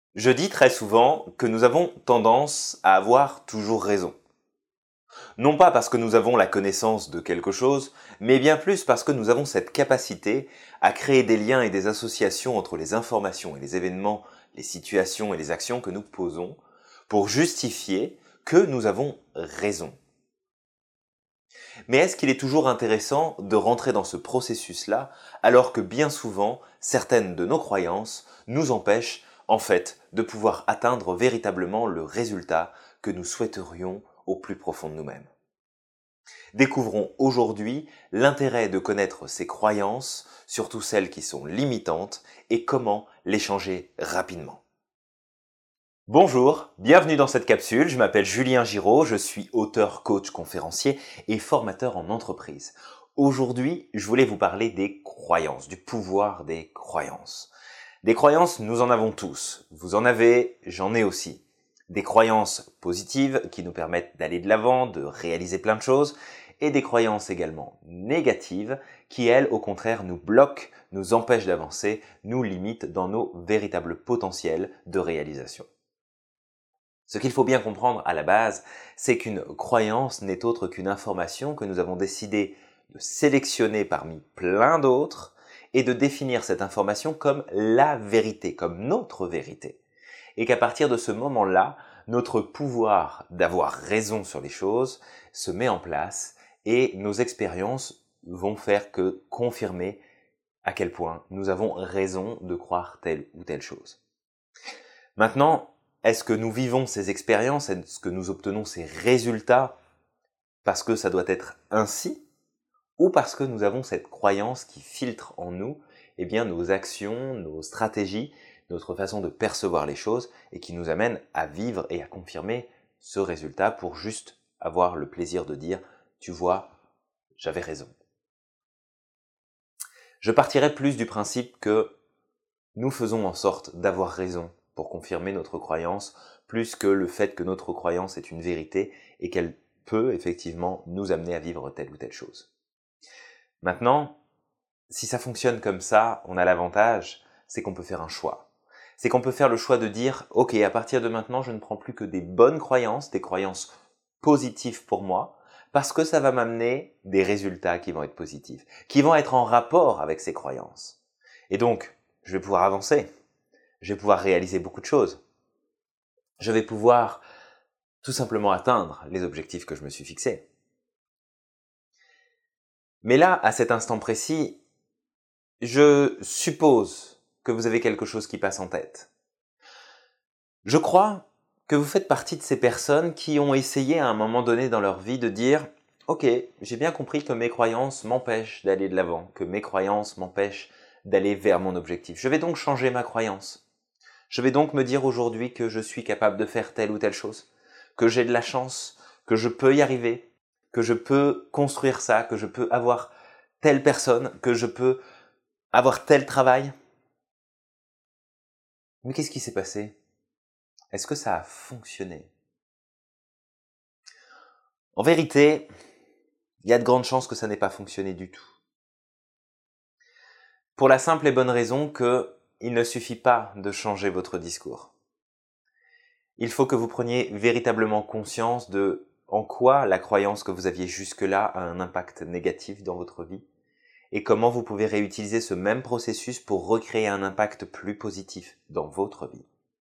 Je dis très souvent que nous avons tendance à avoir toujours raison. Non pas parce que nous avons la connaissance de quelque chose, mais bien plus parce que nous avons cette capacité à créer des liens et des associations entre les informations et les événements, les situations et les actions que nous posons pour justifier que nous avons raison. Mais est-ce qu'il est toujours intéressant de rentrer dans ce processus-là alors que bien souvent, certaines de nos croyances nous empêchent en fait de pouvoir atteindre véritablement le résultat que nous souhaiterions au plus profond de nous-mêmes? Découvrons aujourd'hui l'intérêt de connaître ces croyances, surtout celles qui sont limitantes, et comment les changer rapidement. Bonjour, bienvenue dans cette capsule, je m'appelle Julien Giraud, je suis auteur, coach, conférencier et formateur en entreprise. Aujourd'hui, je voulais vous parler des croyances, du pouvoir des croyances. Des croyances, nous en avons tous. Vous en avez, j'en ai aussi. Des croyances positives qui nous permettent d'aller de l'avant, de réaliser plein de choses, et des croyances également négatives qui, elles, au contraire, nous bloquent, nous empêchent d'avancer, nous limitent dans nos véritables potentiels de réalisation. Ce qu'il faut bien comprendre à la base, c'est qu'une croyance n'est autre qu'une information que nous avons décidé de sélectionner parmi plein d'autres et de définir cette information comme la vérité, comme notre vérité. Et qu'à partir de ce moment-là, notre pouvoir d'avoir raison sur les choses se met en place et nos expériences vont faire que confirmer à quel point nous avons raison de croire telle ou telle chose. Maintenant, est-ce que nous vivons ces expériences, est-ce que nous obtenons ces résultats parce que ça doit être ainsi ou parce que nous avons cette croyance qui filtre en nous nos actions, nos stratégies, notre façon de percevoir les choses et qui nous amène à vivre et à confirmer ce résultat pour juste avoir le plaisir de dire « tu vois, j'avais raison ». Je partirais plus du principe que nous faisons en sorte d'avoir raison pour confirmer notre croyance, plus que le fait que notre croyance est une vérité et qu'elle peut effectivement nous amener à vivre telle ou telle chose. Maintenant, si ça fonctionne comme ça, on a l'avantage, c'est qu'on peut faire un choix. C'est qu'on peut faire le choix de dire, ok, à partir de maintenant, je ne prends plus que des bonnes croyances, des croyances positives pour moi, parce que ça va m'amener des résultats qui vont être positifs, qui vont être en rapport avec ces croyances. Et donc, je vais pouvoir avancer, je vais pouvoir réaliser beaucoup de choses. Je vais pouvoir tout simplement atteindre les objectifs que je me suis fixés. Mais là, à cet instant précis, je suppose que vous avez quelque chose qui passe en tête. Je crois que vous faites partie de ces personnes qui ont essayé à un moment donné dans leur vie de dire « Ok, j'ai bien compris que mes croyances m'empêchent d'aller de l'avant, que mes croyances m'empêchent d'aller vers mon objectif. Je vais donc changer ma croyance. Je vais donc me dire aujourd'hui que je suis capable de faire telle ou telle chose, que j'ai de la chance, que je peux y arriver, que je peux construire ça, que je peux avoir telle personne, que je peux avoir tel travail. » Mais qu'est-ce qui s'est passé? Est-ce que ça a fonctionné? En vérité, il y a de grandes chances que ça n'ait pas fonctionné du tout. Pour la simple et bonne raison que il ne suffit pas de changer votre discours. Il faut que vous preniez véritablement conscience de en quoi la croyance que vous aviez jusque-là a un impact négatif dans votre vie et comment vous pouvez réutiliser ce même processus pour recréer un impact plus positif dans votre vie.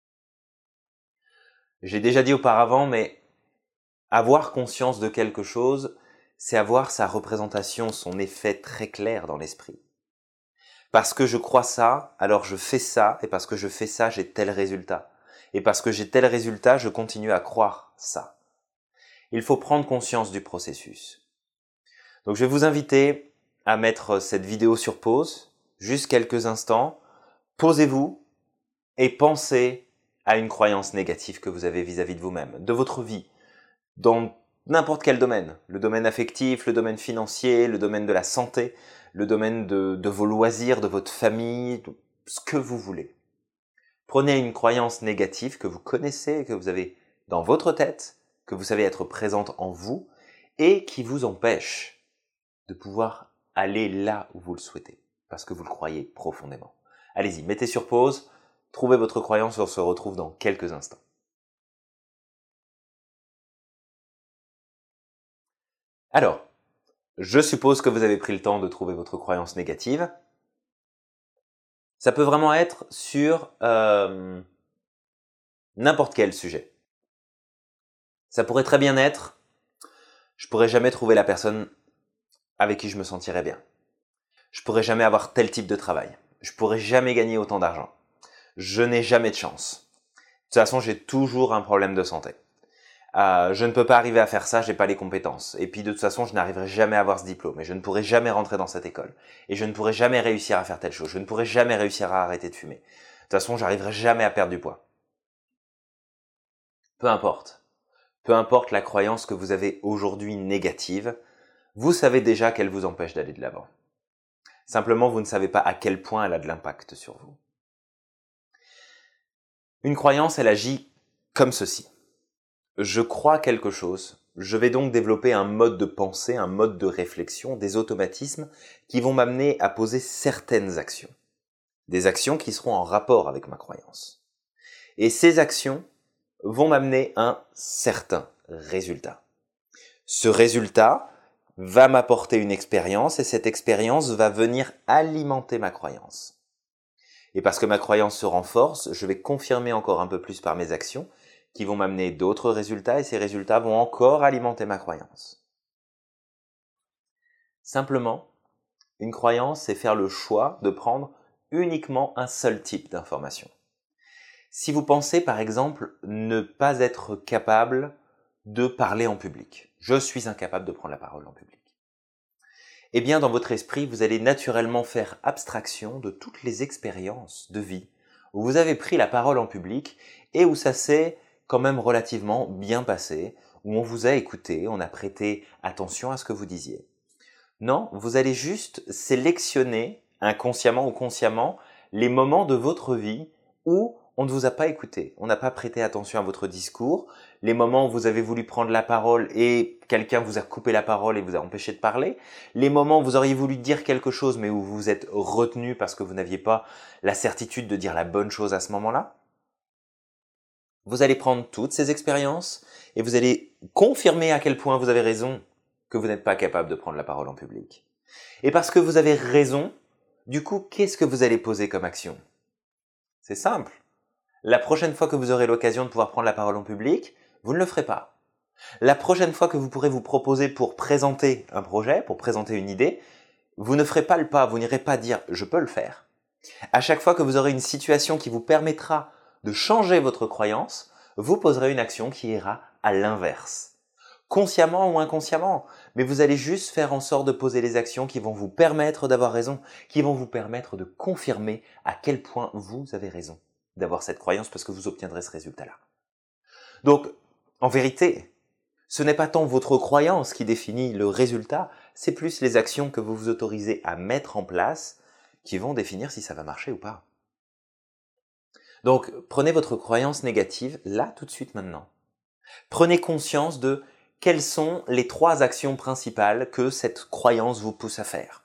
J'ai déjà dit auparavant, mais avoir conscience de quelque chose, c'est avoir sa représentation, son effet très clair dans l'esprit. Parce que je crois ça, alors je fais ça, et parce que je fais ça, j'ai tel résultat. Et parce que j'ai tel résultat, je continue à croire ça. Il faut prendre conscience du processus. Donc je vais vous inviter à mettre cette vidéo sur pause, juste quelques instants. Posez-vous et pensez à une croyance négative que vous avez vis-à-vis de vous-même, de votre vie, dans n'importe quel domaine. Le domaine affectif, le domaine financier, le domaine de la santé, le domaine de vos loisirs, de votre famille, de ce que vous voulez. Prenez une croyance négative que vous connaissez, que vous avez dans votre tête, que vous savez être présente en vous et qui vous empêche de pouvoir aller là où vous le souhaitez, parce que vous le croyez profondément. Allez-y, mettez sur pause, Trouvez votre croyance, on se retrouve dans quelques instants. Alors, je suppose que vous avez pris le temps de trouver votre croyance négative. Ça peut vraiment être sur n'importe quel sujet. Ça pourrait très bien être « je pourrais jamais trouver la personne avec qui je me sentirais bien. Je pourrais jamais avoir tel type de travail. Je pourrais jamais gagner autant d'argent. Je n'ai jamais de chance. De toute façon, j'ai toujours un problème de santé. Je ne peux pas arriver à faire ça, j'ai pas les compétences. Et puis de toute façon, je n'arriverai jamais à avoir ce diplôme. Et je ne pourrai jamais rentrer dans cette école. Et je ne pourrai jamais réussir à faire telle chose. Je ne pourrai jamais réussir à arrêter de fumer. De toute façon, j'arriverai jamais à perdre du poids. » Peu importe. Peu importe la croyance que vous avez aujourd'hui négative, vous savez déjà qu'elle vous empêche d'aller de l'avant. Simplement, vous ne savez pas à quel point elle a de l'impact sur vous. Une croyance, elle agit comme ceci. Je crois quelque chose, je vais donc développer un mode de pensée, un mode de réflexion, des automatismes qui vont m'amener à poser certaines actions. Des actions qui seront en rapport avec ma croyance. Et ces actions vont m'amener un certain résultat. Ce résultat va m'apporter une expérience et cette expérience va venir alimenter ma croyance. Et parce que ma croyance se renforce, je vais confirmer encore un peu plus par mes actions qui vont m'amener d'autres résultats et ces résultats vont encore alimenter ma croyance. Simplement, une croyance, c'est faire le choix de prendre uniquement un seul type d'information. Si vous pensez par exemple ne pas être capable de parler en public, je suis incapable de prendre la parole en public, eh bien dans votre esprit, vous allez naturellement faire abstraction de toutes les expériences de vie où vous avez pris la parole en public et où ça s'est quand même relativement bien passé, où on vous a écouté, on a prêté attention à ce que vous disiez. Non, vous allez juste sélectionner, inconsciemment ou consciemment, les moments de votre vie où on ne vous a pas écouté, on n'a pas prêté attention à votre discours, les moments où vous avez voulu prendre la parole et quelqu'un vous a coupé la parole et vous a empêché de parler, les moments où vous auriez voulu dire quelque chose mais où vous vous êtes retenu parce que vous n'aviez pas la certitude de dire la bonne chose à ce moment-là. Vous allez prendre toutes ces expériences et vous allez confirmer à quel point vous avez raison que vous n'êtes pas capable de prendre la parole en public. Et parce que vous avez raison, du coup, qu'est-ce que vous allez poser comme action? C'est simple. La prochaine fois que vous aurez l'occasion de pouvoir prendre la parole en public, vous ne le ferez pas. La prochaine fois que vous pourrez vous proposer pour présenter un projet, pour présenter une idée, vous ne ferez pas le pas, vous n'irez pas dire « je peux le faire ». À chaque fois que vous aurez une situation qui vous permettra de changer votre croyance, vous poserez une action qui ira à l'inverse. Consciemment ou inconsciemment, mais vous allez juste faire en sorte de poser les actions qui vont vous permettre d'avoir raison, qui vont vous permettre de confirmer à quel point vous avez raison d'avoir cette croyance parce que vous obtiendrez ce résultat-là. Donc, en vérité, ce n'est pas tant votre croyance qui définit le résultat, c'est plus les actions que vous vous autorisez à mettre en place qui vont définir si ça va marcher ou pas. Donc, prenez votre croyance négative là, tout de suite maintenant. Prenez conscience de quelles sont les 3 actions principales que cette croyance vous pousse à faire.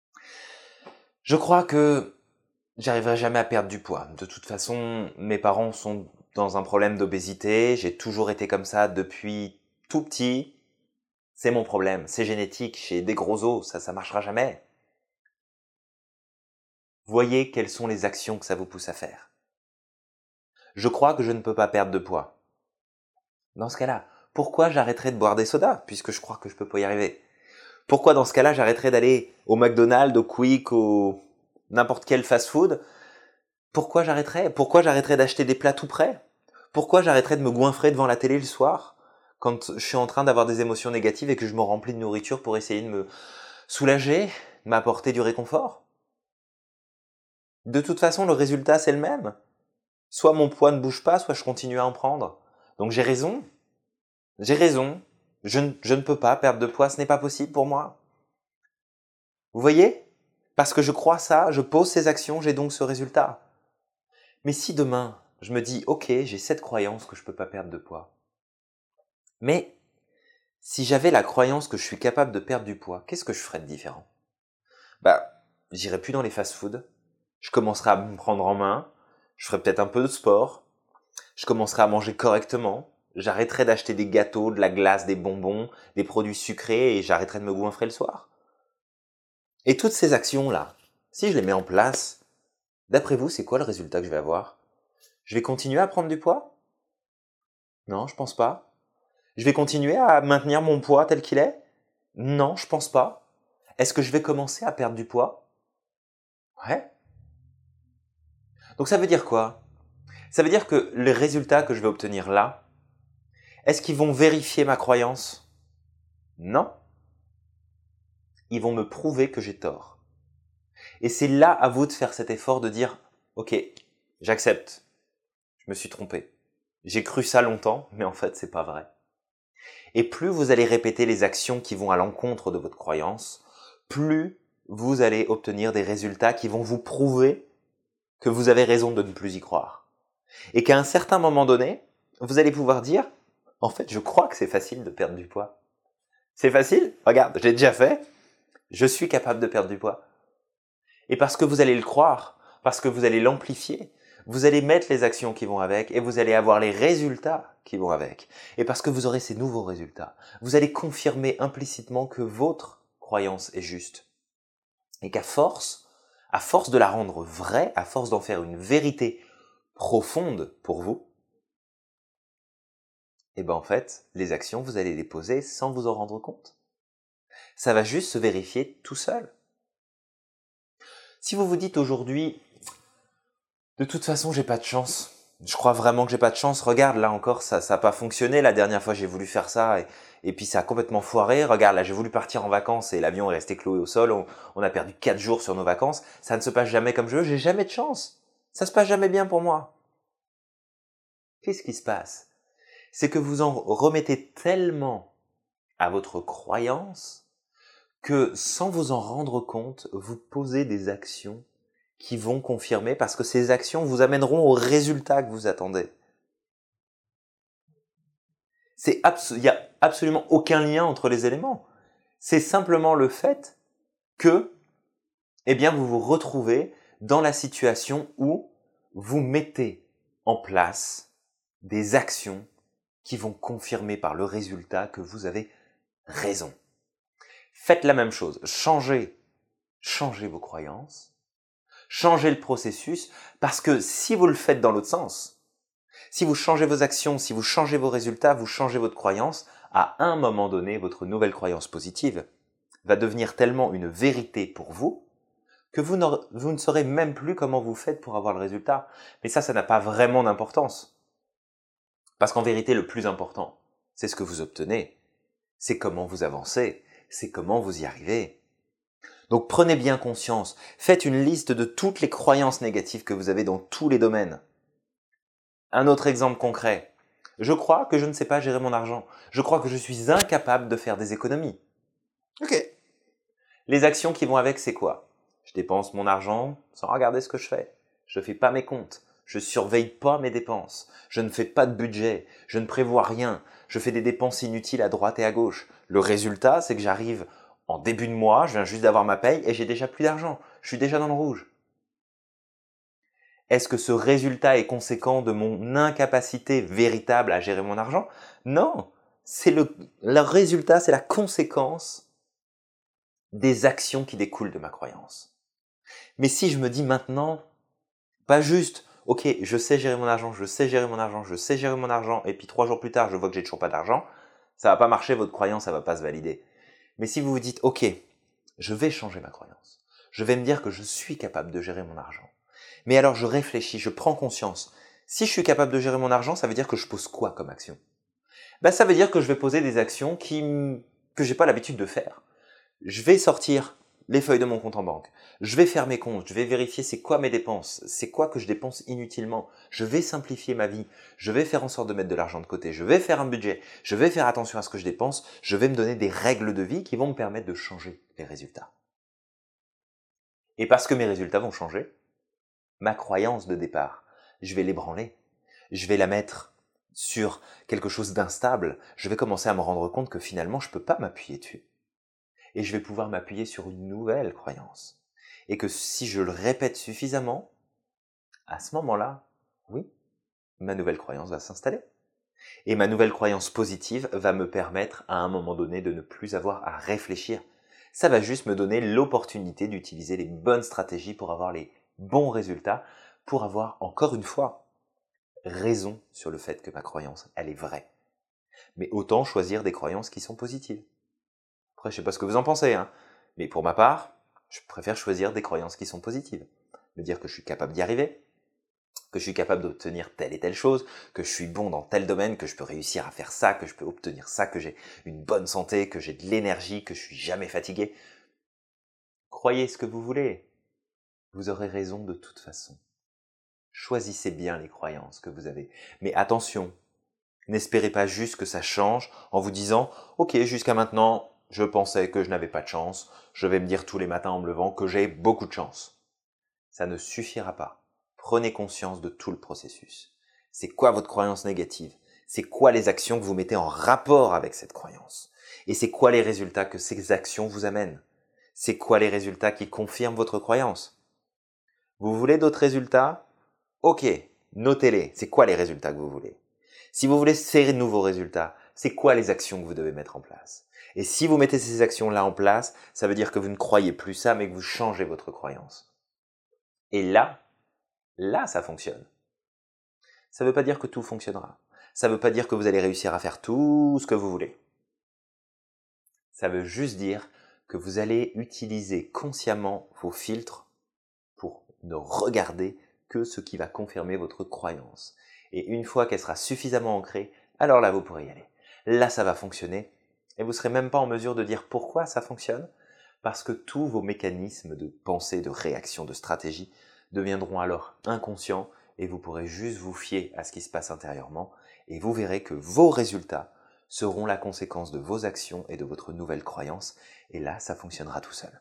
Je crois que j'arriverai jamais à perdre du poids. De toute façon, mes parents sont dans un problème d'obésité. J'ai toujours été comme ça depuis tout petit. C'est mon problème. C'est génétique. J'ai des gros os. Ça marchera jamais. Voyez quelles sont les actions que ça vous pousse à faire. Je crois que je ne peux pas perdre de poids. Dans ce cas-là, pourquoi j'arrêterai de boire des sodas puisque je crois que je peux pas y arriver? Pourquoi dans ce cas-là, j'arrêterai d'aller au McDonald's, au Quick, au n'importe quel fast-food? Pourquoi j'arrêterais? Pourquoi j'arrêterais d'acheter des plats tout prêts? Pourquoi j'arrêterais de me goinfrer devant la télé le soir quand je suis en train d'avoir des émotions négatives et que je me remplis de nourriture pour essayer de me soulager, de m'apporter du réconfort? De toute façon, le résultat, c'est le même. Soit mon poids ne bouge pas, soit je continue à en prendre. Donc j'ai raison. J'ai raison. Je ne peux pas perdre de poids, ce n'est pas possible pour moi. Vous voyez? Parce que je crois ça, je pose ces actions, j'ai donc ce résultat. Mais si demain, je me dis, ok, j'ai cette croyance que je ne peux pas perdre de poids. Mais si j'avais la croyance que je suis capable de perdre du poids, qu'est-ce que je ferais de différent? J'irais plus dans les fast-foods, je commencerai à me prendre en main, je ferai peut-être un peu de sport, je commencerai à manger correctement, j'arrêterai d'acheter des gâteaux, de la glace, des bonbons, des produits sucrés et j'arrêterai de me goinfrer le soir. Et toutes ces actions-là, si je les mets en place, d'après vous, c'est quoi le résultat que je vais avoir? Je vais continuer à prendre du poids? Non, je pense pas. Je vais continuer à maintenir mon poids tel qu'il est? Non, je pense pas. Est-ce que je vais commencer à perdre du poids? Ouais. Donc ça veut dire quoi? Ça veut dire que les résultats que je vais obtenir là, est-ce qu'ils vont vérifier ma croyance? Non. Ils vont me prouver que j'ai tort. Et c'est là à vous de faire cet effort de dire, ok, j'accepte, je me suis trompé. J'ai cru ça longtemps, mais en fait c'est pas vrai. Et plus vous allez répéter les actions qui vont à l'encontre de votre croyance, plus vous allez obtenir des résultats qui vont vous prouver que vous avez raison de ne plus y croire. Et qu'à un certain moment donné, vous allez pouvoir dire, en fait, je crois que c'est facile de perdre du poids. C'est facile? Regarde, j'ai déjà fait. Je suis capable de perdre du poids. Et parce que vous allez le croire, parce que vous allez l'amplifier, vous allez mettre les actions qui vont avec et vous allez avoir les résultats qui vont avec. Et parce que vous aurez ces nouveaux résultats, vous allez confirmer implicitement que votre croyance est juste. Et qu'à force de la rendre vraie, à force d'en faire une vérité profonde pour vous, et ben en fait, les actions, vous allez les poser sans vous en rendre compte. Ça va juste se vérifier tout seul. Si vous vous dites aujourd'hui, de toute façon, j'ai pas de chance. Je crois vraiment que j'ai pas de chance. Regarde, là encore, ça a pas fonctionné. La dernière fois, j'ai voulu faire ça et puis ça a complètement foiré. Regarde, là, j'ai voulu partir en vacances et l'avion est resté cloué au sol. On a perdu 4 jours sur nos vacances. Ça ne se passe jamais comme je veux. J'ai jamais de chance. Ça se passe jamais bien pour moi. Qu'est-ce qui se passe? C'est que vous en remettez tellement à votre croyance que sans vous en rendre compte, vous posez des actions qui vont confirmer parce que ces actions vous amèneront au résultat que vous attendez. Il n'y a absolument aucun lien entre les éléments. C'est simplement le fait que, eh bien, vous vous retrouvez dans la situation où vous mettez en place des actions qui vont confirmer par le résultat que vous avez raison. Faites la même chose. Changez vos croyances. Changez le processus parce que si vous le faites dans l'autre sens, si vous changez vos actions, si vous changez vos résultats, vous changez votre croyance, à un moment donné, votre nouvelle croyance positive va devenir tellement une vérité pour vous que vous ne saurez même plus comment vous faites pour avoir le résultat. Mais ça n'a pas vraiment d'importance. Parce qu'en vérité, le plus important, c'est ce que vous obtenez. C'est comment vous avancez. C'est comment vous y arrivez. Donc prenez bien conscience. Faites une liste de toutes les croyances négatives que vous avez dans tous les domaines. Un autre exemple concret. Je crois que je ne sais pas gérer mon argent. Je crois que je suis incapable de faire des économies. Ok. Les actions qui vont avec, c'est quoi? Je dépense mon argent sans regarder ce que je fais. Je ne fais pas mes comptes. Je surveille pas mes dépenses. Je ne fais pas de budget. Je ne prévois rien. Je fais des dépenses inutiles à droite et à gauche. Le résultat, c'est que j'arrive en début de mois, je viens juste d'avoir ma paye et j'ai déjà plus d'argent. Je suis déjà dans le rouge. Est-ce que ce résultat est conséquent de mon incapacité véritable à gérer mon argent? Non, c'est le résultat, c'est la conséquence des actions qui découlent de ma croyance. Mais si je me dis maintenant, pas juste, ok, je sais gérer mon argent, je sais gérer mon argent, je sais gérer mon argent, et puis 3 jours plus tard, je vois que j'ai toujours pas d'argent, ça va pas marcher, votre croyance, ça va pas se valider. Mais si vous vous dites, ok, je vais changer ma croyance, je vais me dire que je suis capable de gérer mon argent. Mais alors je réfléchis, je prends conscience. Si je suis capable de gérer mon argent, ça veut dire que je pose quoi comme action? Ça veut dire que je vais poser des actions que j'ai pas l'habitude de faire. Je vais sortir les feuilles de mon compte en banque. Je vais faire mes comptes, je vais vérifier c'est quoi mes dépenses, c'est quoi que je dépense inutilement. Je vais simplifier ma vie, je vais faire en sorte de mettre de l'argent de côté, je vais faire un budget, je vais faire attention à ce que je dépense, je vais me donner des règles de vie qui vont me permettre de changer les résultats. Et parce que mes résultats vont changer, ma croyance de départ, je vais l'ébranler. Je vais la mettre sur quelque chose d'instable. Je vais commencer à me rendre compte que finalement, je ne peux pas m'appuyer dessus. Et je vais pouvoir m'appuyer sur une nouvelle croyance. Et que si je le répète suffisamment, à ce moment-là, oui, ma nouvelle croyance va s'installer. Et ma nouvelle croyance positive va me permettre à un moment donné de ne plus avoir à réfléchir. Ça va juste me donner l'opportunité d'utiliser les bonnes stratégies pour avoir les bons résultats, pour avoir encore une fois raison sur le fait que ma croyance, elle est vraie. Mais autant choisir des croyances qui sont positives. Après, je sais pas ce que vous en pensez, hein, mais pour ma part, je préfère choisir des croyances qui sont positives. Me dire que je suis capable d'y arriver, que je suis capable d'obtenir telle et telle chose, que je suis bon dans tel domaine, que je peux réussir à faire ça, que je peux obtenir ça, que j'ai une bonne santé, que j'ai de l'énergie, que je suis jamais fatigué. Croyez ce que vous voulez. Vous aurez raison de toute façon. Choisissez bien les croyances que vous avez. Mais attention, n'espérez pas juste que ça change en vous disant « Ok, jusqu'à maintenant, je pensais que je n'avais pas de chance, je vais me dire tous les matins en me levant que j'ai beaucoup de chance. » Ça ne suffira pas. Prenez conscience de tout le processus. C'est quoi votre croyance négative? C'est quoi les actions que vous mettez en rapport avec cette croyance? Et c'est quoi les résultats que ces actions vous amènent? C'est quoi les résultats qui confirment votre croyance? Vous voulez d'autres résultats? Ok, notez-les. C'est quoi les résultats que vous voulez? Si vous voulez ces nouveaux résultats, c'est quoi les actions que vous devez mettre en place? Et si vous mettez ces actions-là en place, ça veut dire que vous ne croyez plus ça, mais que vous changez votre croyance. Et là, ça fonctionne. Ça ne veut pas dire que tout fonctionnera. Ça ne veut pas dire que vous allez réussir à faire tout ce que vous voulez. Ça veut juste dire que vous allez utiliser consciemment vos filtres pour ne regarder que ce qui va confirmer votre croyance. Et une fois qu'elle sera suffisamment ancrée, alors là, vous pourrez y aller. Là, ça va fonctionner. Et vous ne serez même pas en mesure de dire pourquoi ça fonctionne, parce que tous vos mécanismes de pensée, de réaction, de stratégie deviendront alors inconscients et vous pourrez juste vous fier à ce qui se passe intérieurement et vous verrez que vos résultats seront la conséquence de vos actions et de votre nouvelle croyance et là, ça fonctionnera tout seul.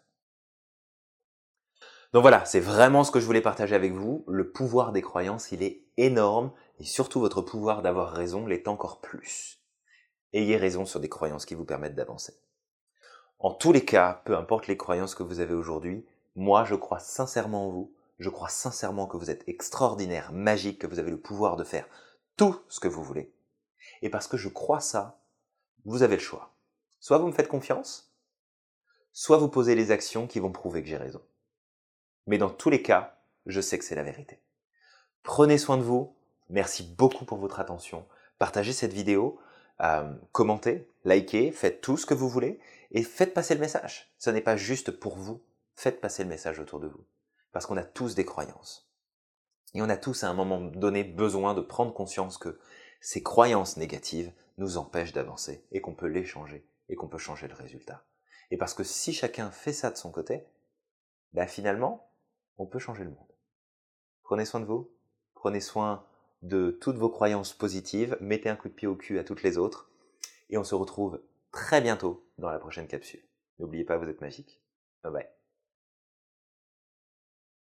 Donc voilà, c'est vraiment ce que je voulais partager avec vous. Le pouvoir des croyances, il est énorme et surtout votre pouvoir d'avoir raison l'est encore plus. Ayez raison sur des croyances qui vous permettent d'avancer. En tous les cas, peu importe les croyances que vous avez aujourd'hui, moi je crois sincèrement en vous, je crois sincèrement que vous êtes extraordinaire, magique, que vous avez le pouvoir de faire tout ce que vous voulez. Et parce que je crois ça, vous avez le choix. Soit vous me faites confiance, soit vous posez les actions qui vont prouver que j'ai raison. Mais dans tous les cas, je sais que c'est la vérité. Prenez soin de vous, merci beaucoup pour votre attention, partagez cette vidéo, commentez, likez, faites tout ce que vous voulez et faites passer le message. Ce n'est pas juste pour vous, faites passer le message autour de vous. Parce qu'on a tous des croyances. Et on a tous à un moment donné besoin de prendre conscience que ces croyances négatives nous empêchent d'avancer et qu'on peut les changer et qu'on peut changer le résultat. Et parce que si chacun fait ça de son côté, finalement, on peut changer le monde. Prenez soin de vous, prenez soin de toutes vos croyances positives, mettez un coup de pied au cul à toutes les autres, et on se retrouve très bientôt dans la prochaine capsule. N'oubliez pas, vous êtes magique. Bye bye.